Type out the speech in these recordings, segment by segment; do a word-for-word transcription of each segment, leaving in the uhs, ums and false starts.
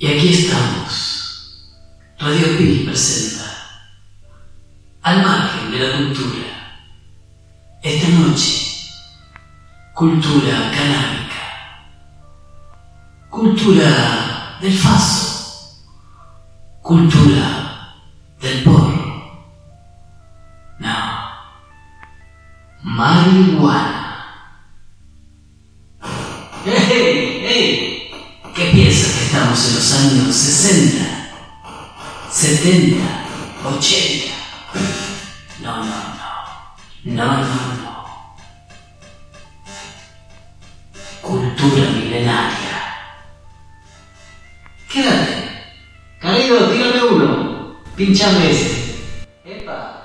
Y aquí estamos. Radio Pi presenta Al margen de la cultura. Esta noche, cultura canábica. Cultura del faso. Cultura del porro. No. Marihuana. ¡Hey! ¡Hey! ¿Qué piensas que estamos en los años sesenta, setenta, ochenta? No, no, no. No, no, no. Cultura milenaria. Quédate. Carido, tírame uno. Pinchame ese. ¡Epa!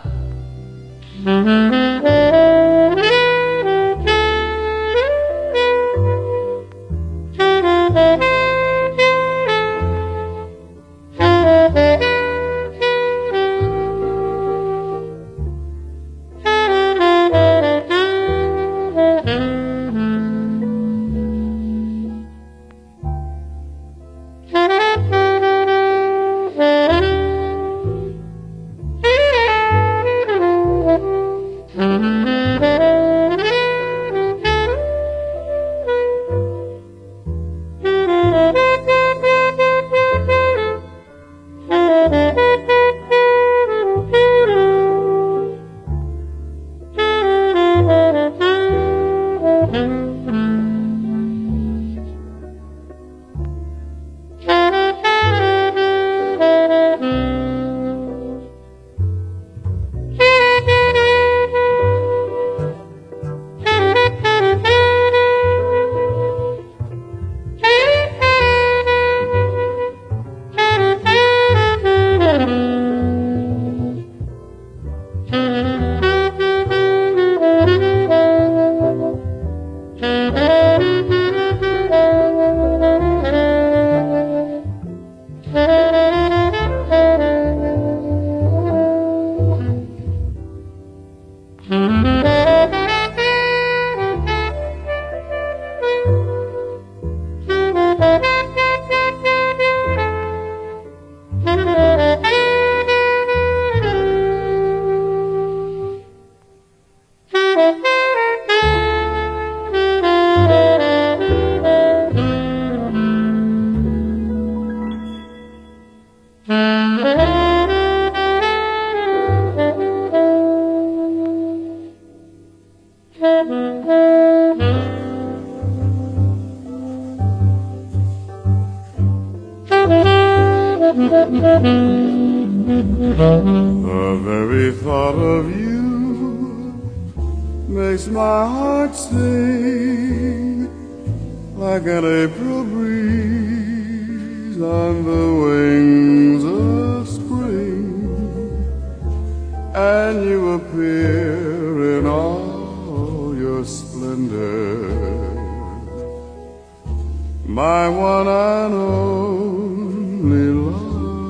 The very thought of you makes my heart sing like an April breeze on the wings of spring, and you appear in all your splendor, my one and only love.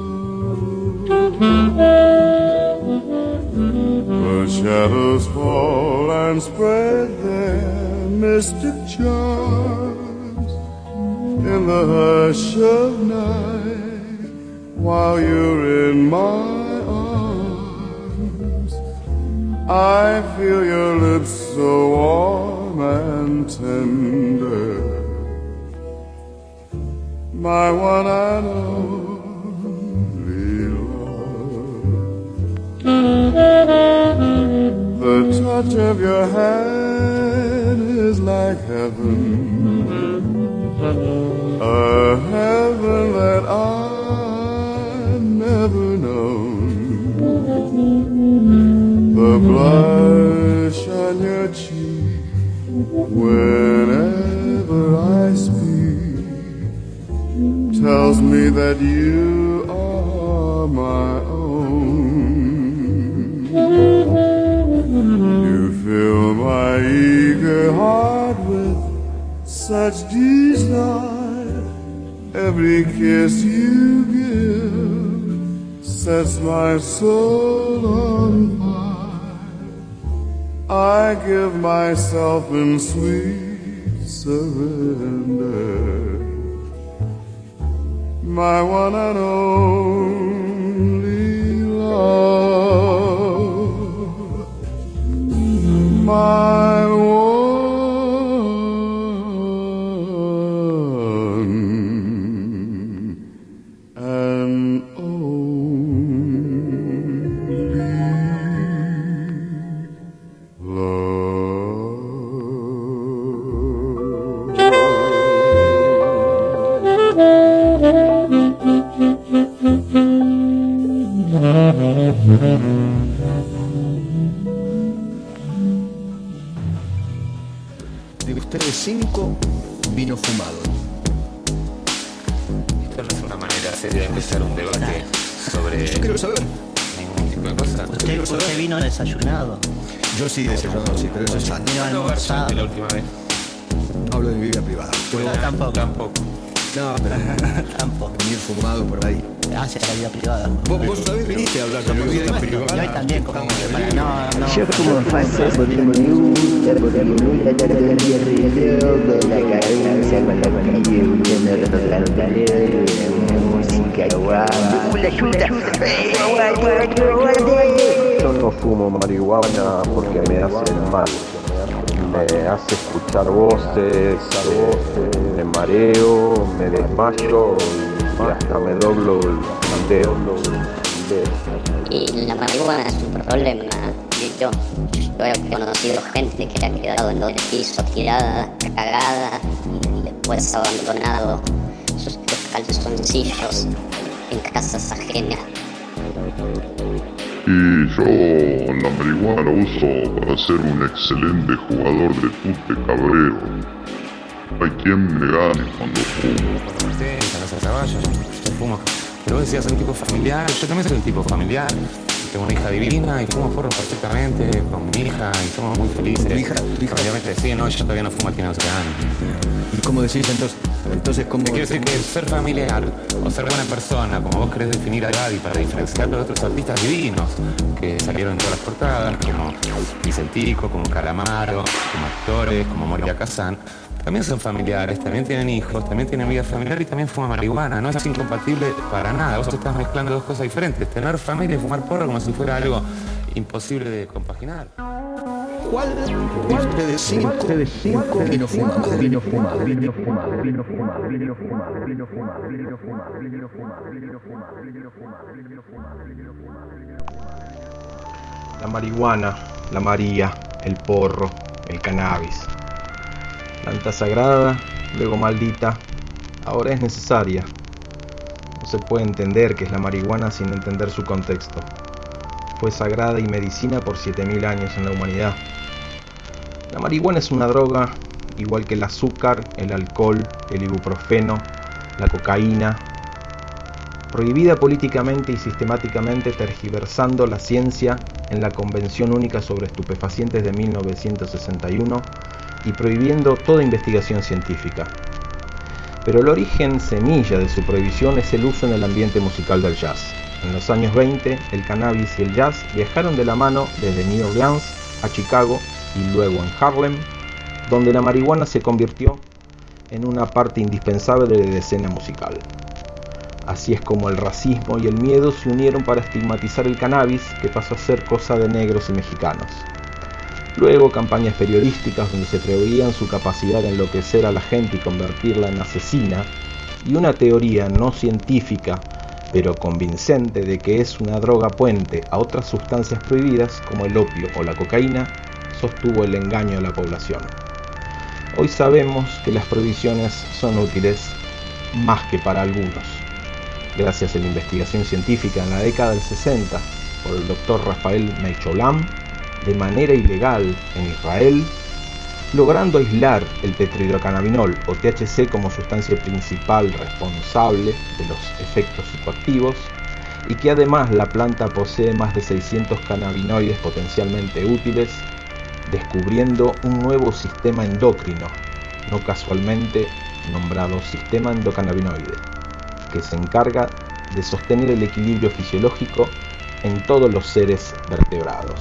The shadows fall and spread their mystic charms in the hush of night while you're in my arms. I feel your lips so warm and tender, my one and only. The touch of your hand is like heaven, a heaven that I've never known. The blush on your cheek whenever I speak tells me that you are my own. You fill my eager heart with such desire. Every kiss you give sets my soul on fire. I give myself in sweet surrender, my one and only love, my one and de ustedes cinco, vino fumado. Esto no es una manera seria de empezar un debate sobre Yo quiero saber. ningún tipo de cosa. Usted, usted vino desayunado. Yo sí desayunado, sí, pero eso es sano. Vino ¿Cuándo almorzado. garchaste la última vez? No hablo de mi vida privada. Yo tampoco. Tampoco. No, pero Tampoco. venir fumado por ahí. Hacia la vida privada. Vos, vos sabés, viniste a hablar de mi vida Y hoy privada. también, como para no, no. Yo como falsa porque me gusta, porque me gusta ya que el día reloj de la carencia con la piel, huyendo de los cantares, de una música guapa. ¡Ayuda, ayuda! Yo no fumo marihuana porque me hace mal. Me hace escuchar voces, eh, me mareo, me desmayo y hasta me doblo el dedo. Y la marihuana es un problema. Yo, yo he conocido gente que ha quedado en el piso tirada, cagada y después abandonado sus calzoncillos en casas ajenas. Y yo la marihuana uso para ser un excelente jugador de tute cabreo. No hay quien me gane cuando fumo. Contenta, no se caballo, yo fumo. Pero vos decías, soy un tipo familiar. Yo también soy un tipo familiar. Tengo una hija divina y fumo porro perfectamente con mi hija y somos muy felices. ¿Tu hija? ¿Tu hija? Obviamente sí, no, yo todavía no fumo, tiene once años. ¿Y cómo decís entonces? Entonces, ¿cómo? Te quiero decir que ser familiar o ser buena persona, como vos querés definir a Daddy para diferenciarlo de otros artistas divinos que salieron en todas las portadas, como Vicentico, como Calamaro, como actores, como Moria Kazan, también son familiares, también tienen hijos, también tienen vida familiar y también fuman marihuana. No es incompatible para nada. Vos estás mezclando dos cosas diferentes. Tener familia y fumar porro como si fuera algo imposible de compaginar. ¿Cuál de ustedes cinco, vino fumado? Vino fumado, vino fumado, vino fumado, vino fumado, vino fumado, vino fumado, vino fumado, vino fumado, vino fumado, vino fumado, vino fumado. La marihuana, la María, el porro, el cannabis. Planta sagrada, luego maldita, ahora es necesaria. No se puede entender qué es la marihuana sin entender su contexto. Fue sagrada y medicina por siete mil años en la humanidad. La marihuana es una droga igual que el azúcar, el alcohol, el ibuprofeno, la cocaína, prohibida políticamente y sistemáticamente tergiversando la ciencia en la Convención Única sobre Estupefacientes de mil novecientos sesenta y uno y prohibiendo toda investigación científica. Pero el origen semilla de su prohibición es el uso en el ambiente musical del jazz. En los años veinte, el cannabis y el jazz viajaron de la mano desde New Orleans a Chicago y luego en Harlem, donde la marihuana se convirtió en una parte indispensable de la escena musical. Así es como el racismo y el miedo se unieron para estigmatizar el cannabis, que pasó a ser cosa de negros y mexicanos. Luego campañas periodísticas donde se atribuían su capacidad de enloquecer a la gente y convertirla en asesina, y una teoría no científica pero convincente de que es una droga puente a otras sustancias prohibidas como el opio o la cocaína, sostuvo el engaño a la población. Hoy sabemos que las prohibiciones son útiles más que para algunos. Gracias a la investigación científica en la década del sesenta por el doctor Rafael Meicholam, de manera ilegal en Israel, logrando aislar el tetrahidrocannabinol o T H C como sustancia principal responsable de los efectos psicoactivos, y que además la planta posee más de seiscientos cannabinoides potencialmente útiles, descubriendo un nuevo sistema endocrino, no casualmente nombrado sistema endocannabinoide, que se encarga de sostener el equilibrio fisiológico en todos los seres vertebrados.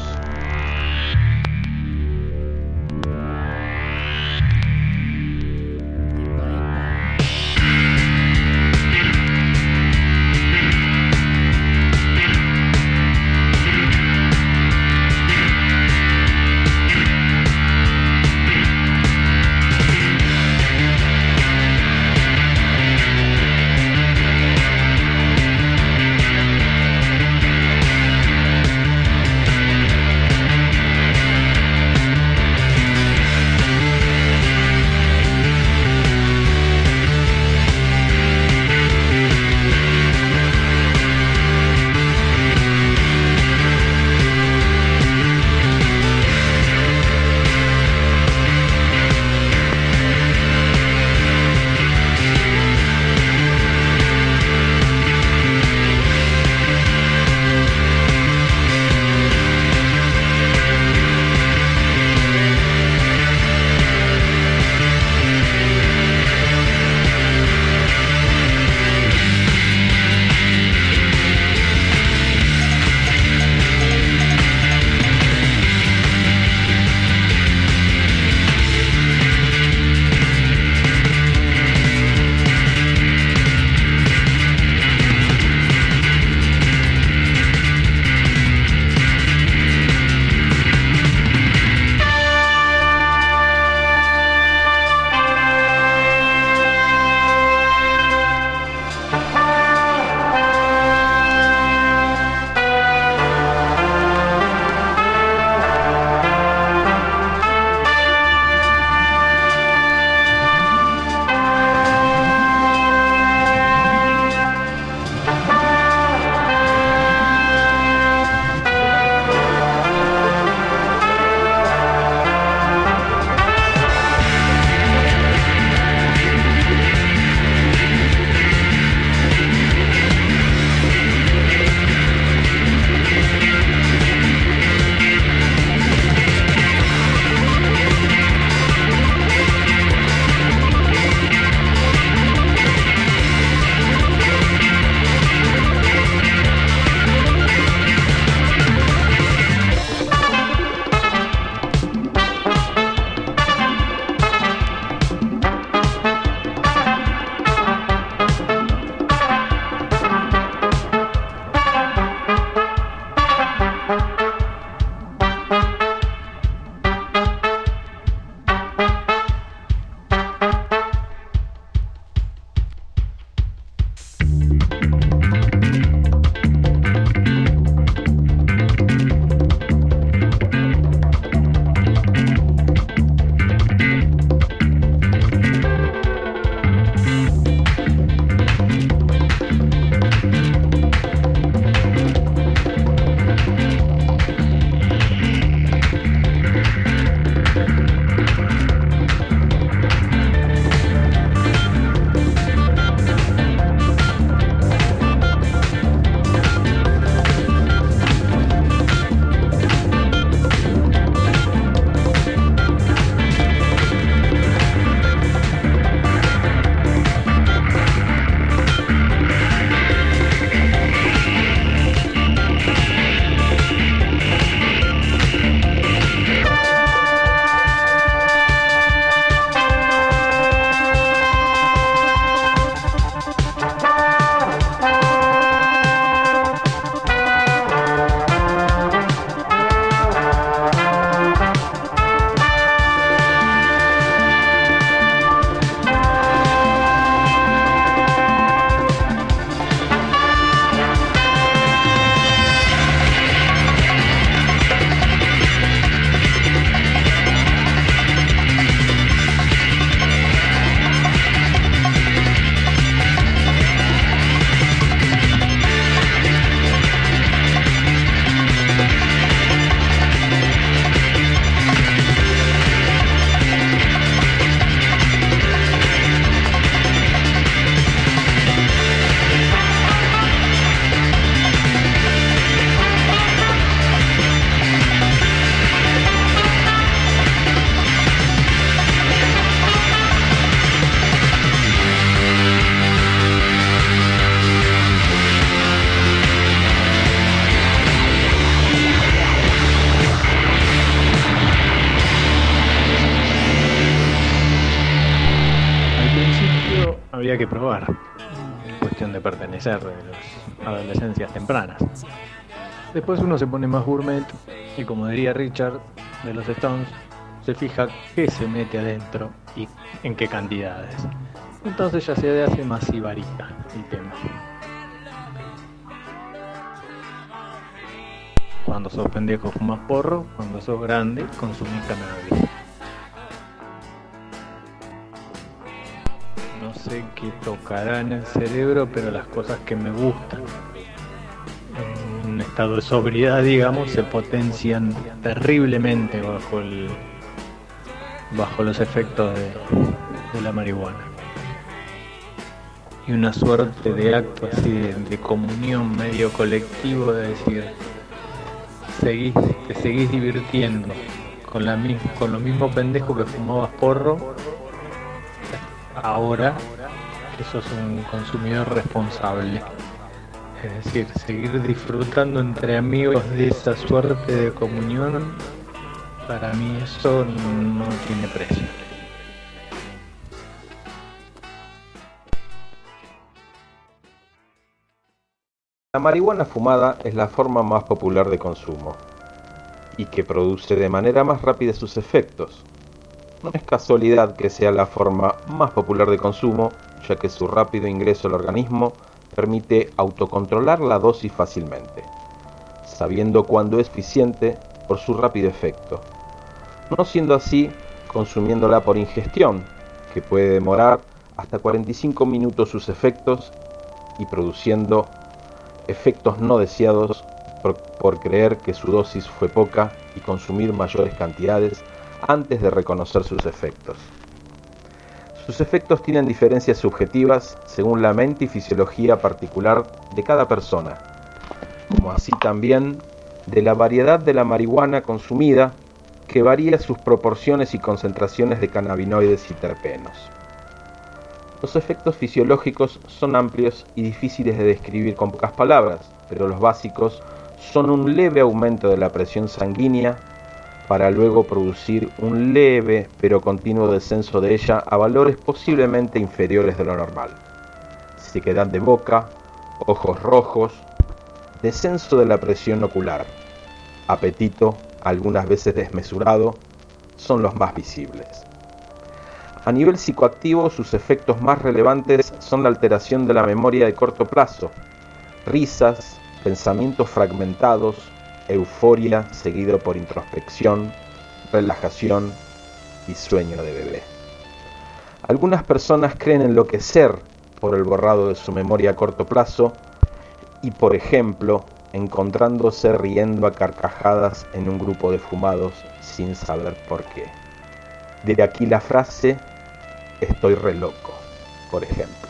otra. Cuestión de pertenecer, de las adolescencias tempranas. Después uno se pone más gourmet y, como diría Richard de los Stones, se fija qué se mete adentro y en qué cantidades. Entonces ya se hace más sibarita el tema. Cuando sos pendejo fumas porro, cuando sos grande consumís cannabis. No sé qué tocará en el cerebro, pero las cosas que me gustan en un estado de sobriedad, digamos, se potencian terriblemente bajo el bajo los efectos de, de la marihuana. Y una suerte de acto así de, de comunión medio colectivo, de decir, seguís, te seguís divirtiendo con, la, con lo mismo pendejo que fumabas porro, ahora que sos un consumidor responsable. Es decir, seguir disfrutando entre amigos de esa suerte de comunión, para mí eso no tiene precio. La marihuana fumada es la forma más popular de consumo y que produce de manera más rápida sus efectos. No es casualidad que sea la forma más popular de consumo, ya que su rápido ingreso al organismo permite autocontrolar la dosis fácilmente, sabiendo cuándo es eficiente por su rápido efecto. No siendo así, consumiéndola por ingestión, que puede demorar hasta cuarenta y cinco minutos sus efectos y produciendo efectos no deseados por, por creer que su dosis fue poca y consumir mayores cantidades antes de reconocer sus efectos. Sus efectos tienen diferencias subjetivas según la mente y fisiología particular de cada persona, como así también de la variedad de la marihuana consumida, que varía sus proporciones y concentraciones de cannabinoides y terpenos. Los efectos fisiológicos son amplios y difíciles de describir con pocas palabras, pero los básicos son un leve aumento de la presión sanguínea, para luego producir un leve pero continuo descenso de ella a valores posiblemente inferiores de lo normal. Sequedad de boca, ojos rojos, descenso de la presión ocular, apetito, algunas veces desmesurado, son los más visibles. A nivel psicoactivo, sus efectos más relevantes son la alteración de la memoria de corto plazo, risas, pensamientos fragmentados, euforia seguido por introspección, relajación y sueño de bebé. Algunas personas creen enloquecer por el borrado de su memoria a corto plazo y, por ejemplo, encontrándose riendo a carcajadas en un grupo de fumados sin saber por qué. De aquí la frase, estoy re loco, por ejemplo.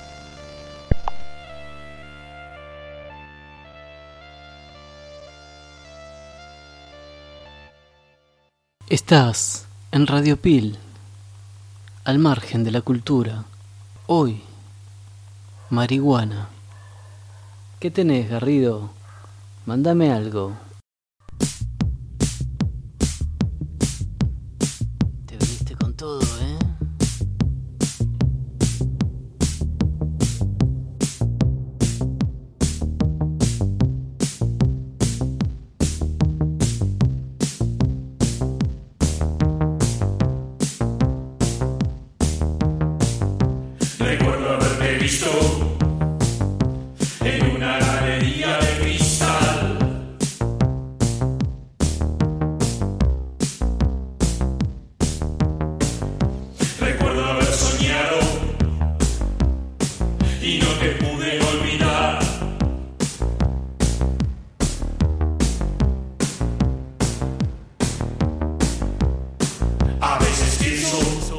Estás en Radio Pil, al margen de la cultura. Hoy, marihuana. ¿Qué tenés, Garrido? Mándame algo. Te viniste con todo, ¿eh? Recuerdo haberte visto en una galería de cristal. Recuerdo haber soñado y no te pude olvidar. A veces pienso,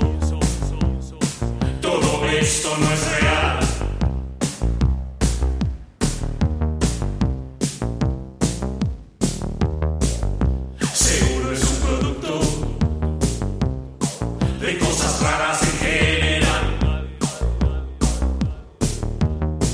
todo esto no es real. Seguro es un producto de cosas raras en general.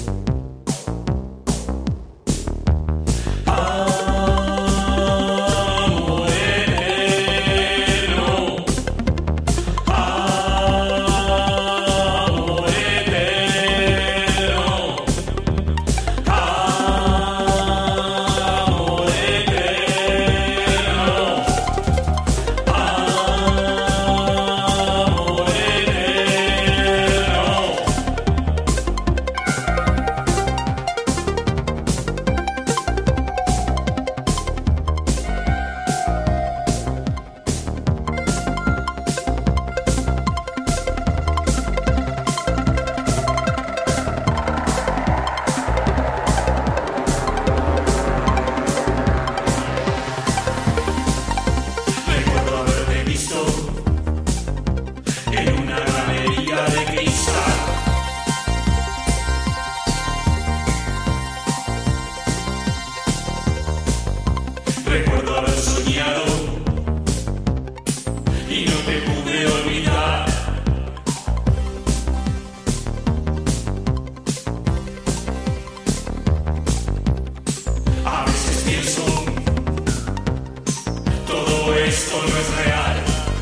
esto no es real.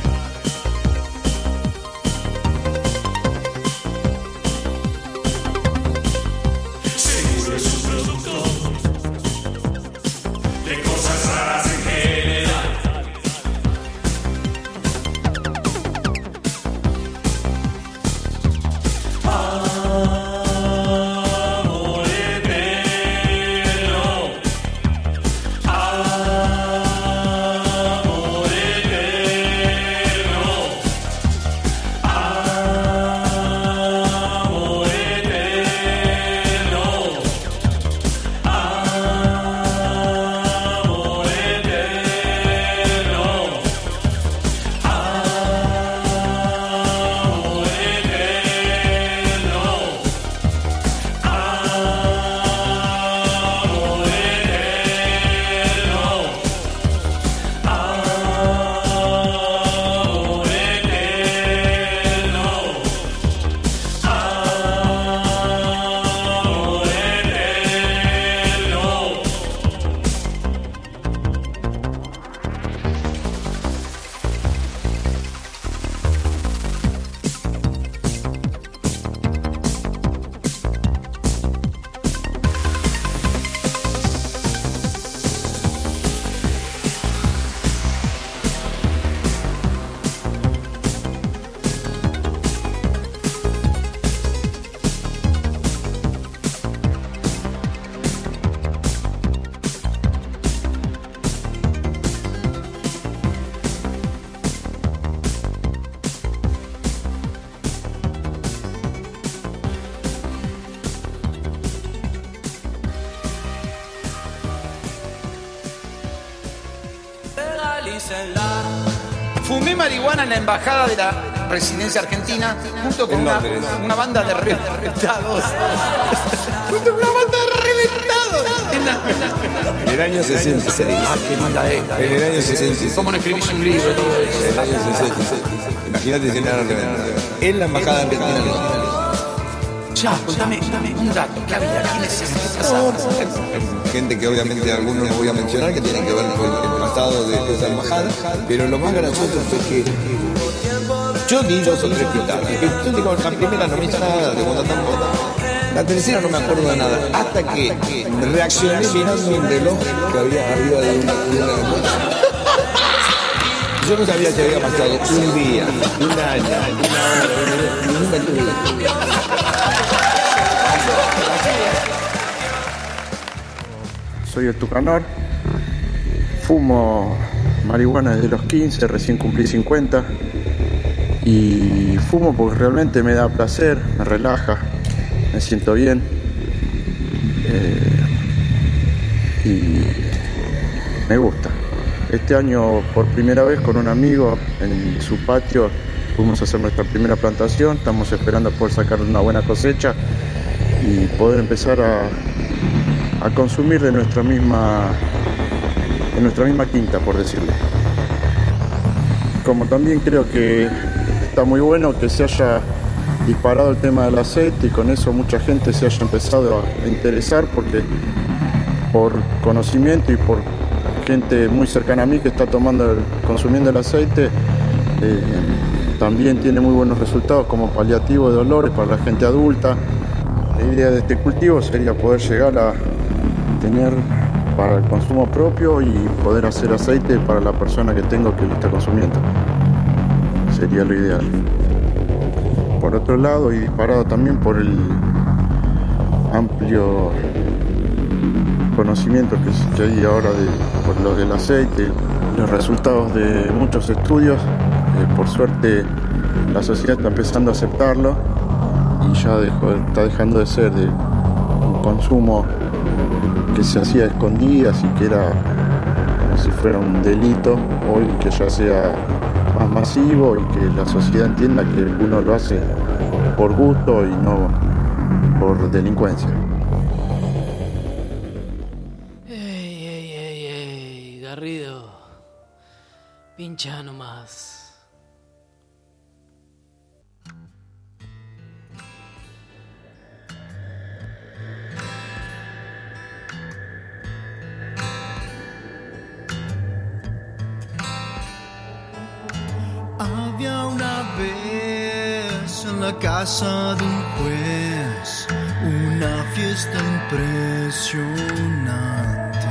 Seguro es un producto de cosas raras en general. Amor eterno. Amor eterno. Amor eterno. Amor eterno. Amor eterno. Amor Fumé marihuana en la embajada de la presidencia argentina junto con una, una banda de reventados. Junto con una banda de reventados. En la- en la- En el año sesenta y seis. Ah, qué mala es. En el año sesenta y seis. ¿Cómo no escribís un libro? Todo En eso? el año sesenta y seis. Imagínate si no era reventado. En la embajada argentina. Ya, contame, contame un dato. ¿Qué había? ¿Quiénes eran? ¿Qué pasaba? Gente que obviamente algunos no voy a mencionar que tienen que ver con el pasado de esa embajada, pero lo más gracioso fue que yo di dos o tres pitadas. Yo digo, la primera no me hizo nada, la segunda tampoco. La tercera no me acuerdo de nada, hasta que reaccioné mirando un reloj que había arriba de una, de una Yo no sabía si había pasado un día, un año, una hora, nunca tuve. Soy el Tucanor, fumo marihuana desde los quince, recién cumplí cincuenta y fumo porque realmente me da placer, me relaja, me siento bien eh, y me gusta. Este año por primera vez con un amigo en su patio fuimos a hacer nuestra primera plantación, estamos esperando poder sacar una buena cosecha y poder empezar a a consumir de nuestra misma de nuestra misma quinta, por decirlo. Como también creo que está muy bueno que se haya disparado el tema del aceite y con eso mucha gente se haya empezado a interesar, porque por conocimiento y por gente muy cercana a mí que está tomando el, consumiendo el aceite, eh, también tiene muy buenos resultados como paliativo de dolores para la gente adulta. La idea de este cultivo sería poder llegar a tener para el consumo propio y poder hacer aceite para la persona que tengo que lo está consumiendo. Sería lo ideal. Por otro lado, y disparado también por el amplio conocimiento que, que hay ahora de, por lo del aceite, los resultados de muchos estudios, eh, por suerte la sociedad está empezando a aceptarlo y ya dejó, está dejando de ser de un consumo que se hacía a escondidas y que era como si fuera un delito, hoy que ya sea más masivo y que la sociedad entienda que uno lo hace por gusto y no por delincuencia. Ey, ey, ey, ey, Garrido, pincha nomás. en la casa de un juez, una fiesta impresionante.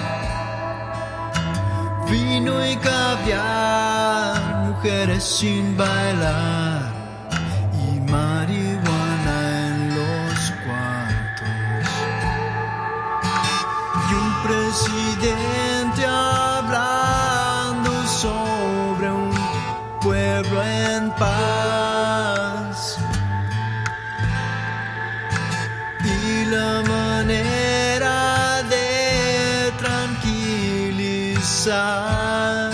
Vino y caviar, mujeres sin bailar y marihuana en los cuartos. Y un presidente hablando sobre un pueblo en paz y la manera de tranquilizar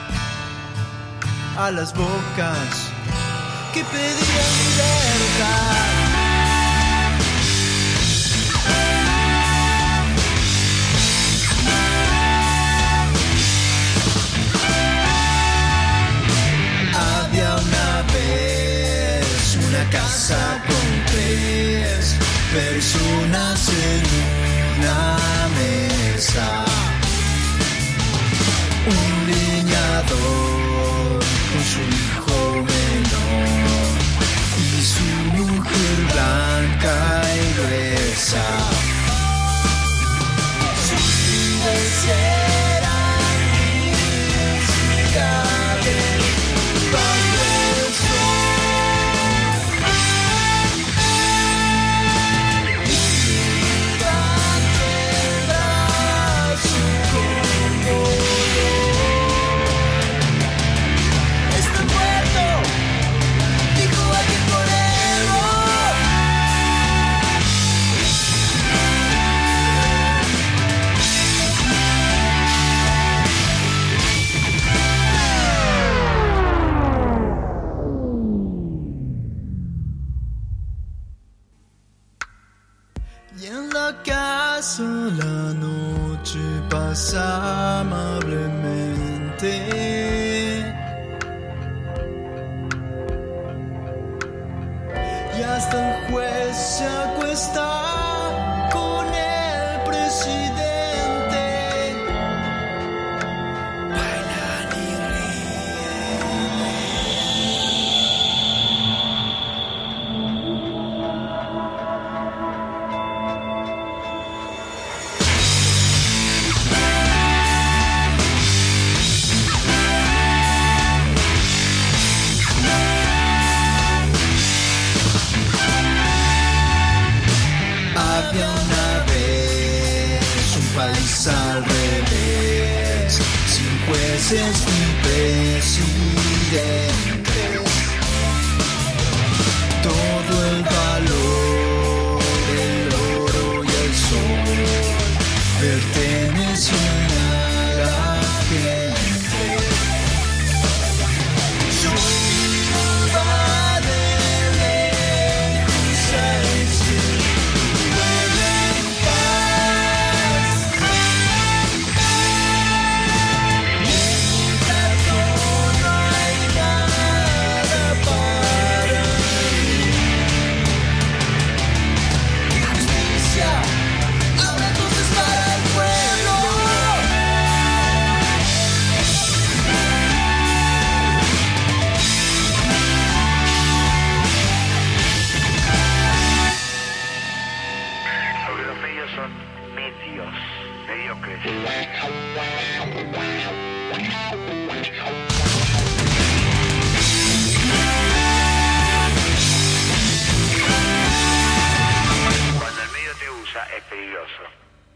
a las bocas que pedían libertad. Había una vez una casa con tres personas en una mesa. Un leñador con su hijo menor y su mujer blanca y gruesa. Sus vidas eran inexplicables bajo el sol. Y gigante el brazo con está muerto, dijo alguien por él. Y en la casa la noche pasa amablemente. Y hasta el juez se acuesta con el presidente. Bailan y había una vez un país al revés, sin jueces ni presidentes. Todo el valor, el oro y el sol pertenecen a la gente. Yo iba de lejos a ese pueblo en paz. Y en mi cartón no hay nada para mí. Justicia, ahora entonces para el pueblo. Sobre los medios son medios, mediocres. Cuando el medio te usa es peligroso.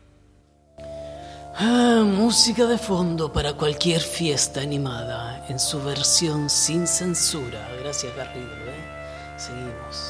Ah, música de fondo para cualquier fiesta animada en su versión sin censura. Gracias, Garrido, ¿eh? Seguimos.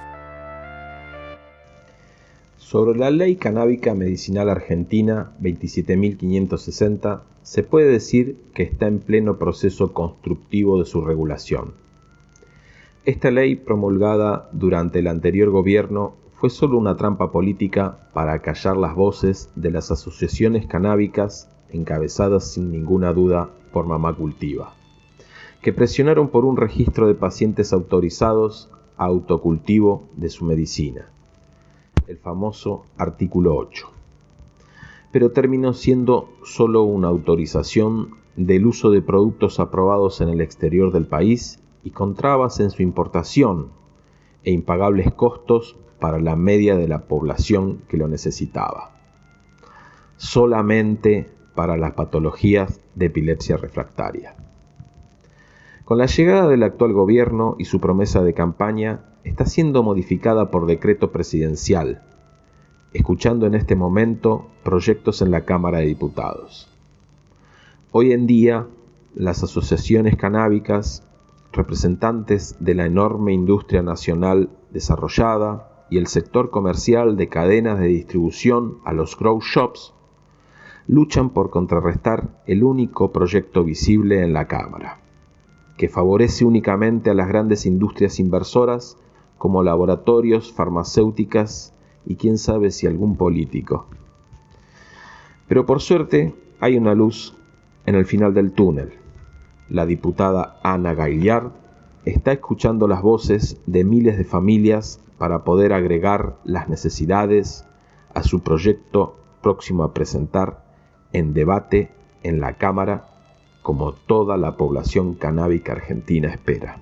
Sobre la Ley Canábica Medicinal Argentina veintisiete mil quinientos sesenta, se puede decir que está en pleno proceso constructivo de su regulación. Esta ley, promulgada durante el anterior gobierno, fue solo una trampa política para acallar las voces de las asociaciones canábicas encabezadas sin ninguna duda por Mamá Cultiva, que presionaron por un registro de pacientes autorizados a autocultivo de su medicina, el famoso artículo ocho. Pero terminó siendo solo una autorización del uso de productos aprobados en el exterior del país y con trabas en su importación, e impagables costos para la media de la población que lo necesitaba. Solamente para las patologías de epilepsia refractaria. Con la llegada del actual gobierno y su promesa de campaña, está siendo modificada por decreto presidencial, escuchando en este momento proyectos en la Cámara de Diputados. Hoy en día, las asociaciones canábicas, representantes de la enorme industria nacional desarrollada y el sector comercial de cadenas de distribución a los grow shops, luchan por contrarrestar el único proyecto visible en la Cámara, que favorece únicamente a las grandes industrias inversoras como laboratorios, farmacéuticas y quién sabe si algún político. Pero por suerte hay una luz en el final del túnel. La diputada Ana Gaillard está escuchando las voces de miles de familias para poder agregar las necesidades a su proyecto próximo a presentar en debate en la Cámara, como toda la población canábica argentina espera.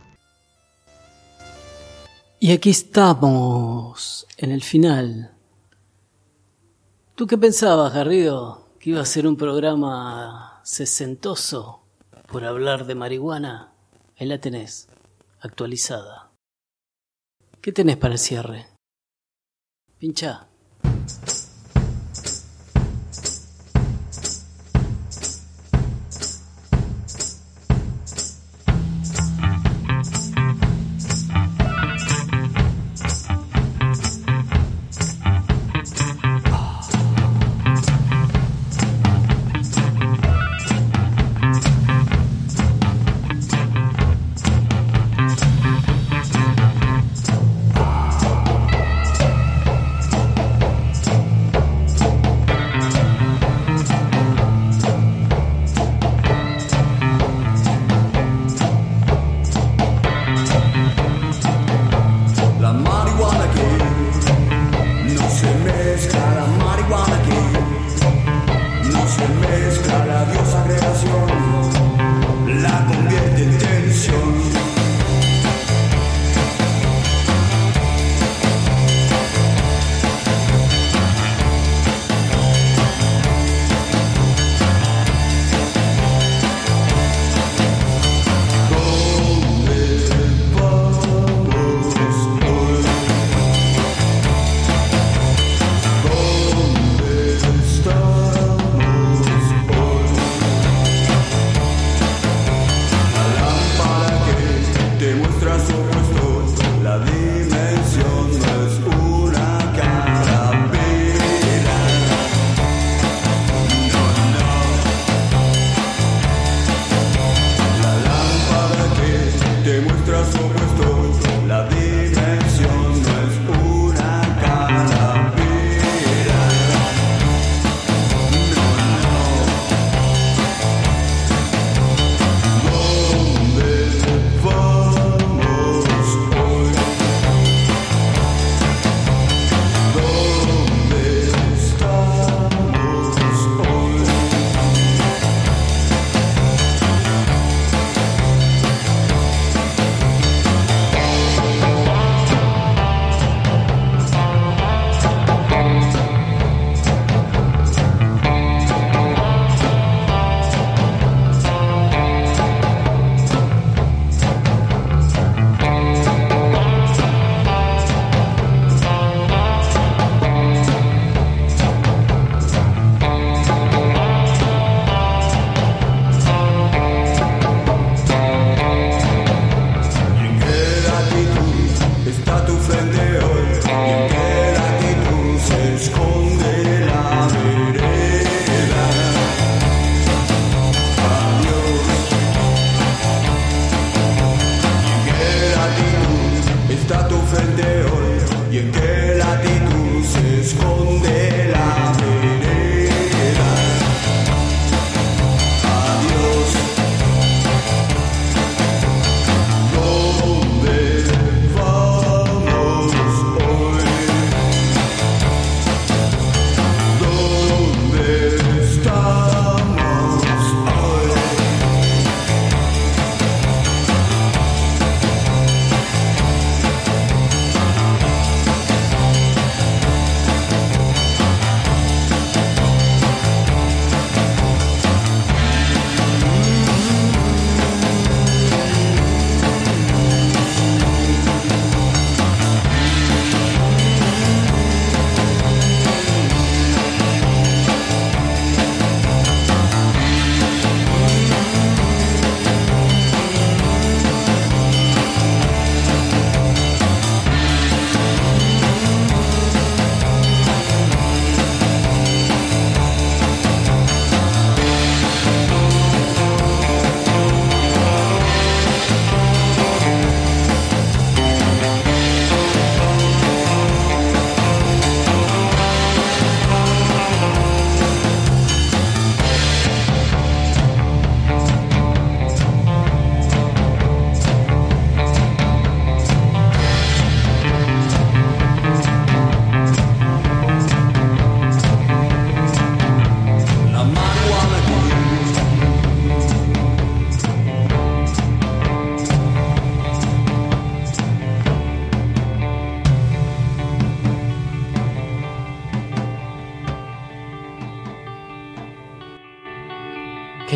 Y aquí estamos, en el final. ¿Tú qué pensabas, Garrido? ¿Que iba a ser un programa sesentoso por hablar de marihuana? Ahí la tenés, actualizada. ¿Qué tenés para el cierre? Pinchá.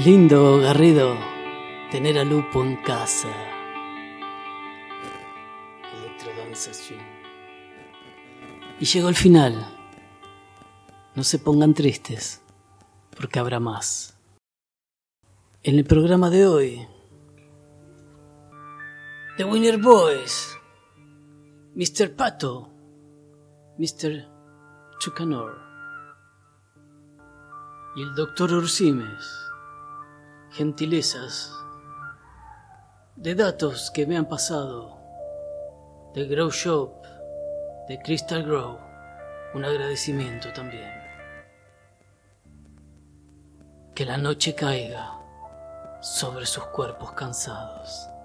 lindo, Garrido, tener a Lupo en casa. Electrodanzación. Y llegó el final. No se pongan tristes, porque habrá más. En el programa de hoy, The Winner Boys, mister Pato, mister Chucanor y el doctor Ursimes. Gentilezas de datos que me han pasado de Grow Shop, de Crystal Grow. Un agradecimiento también. Que la noche caiga sobre sus cuerpos cansados.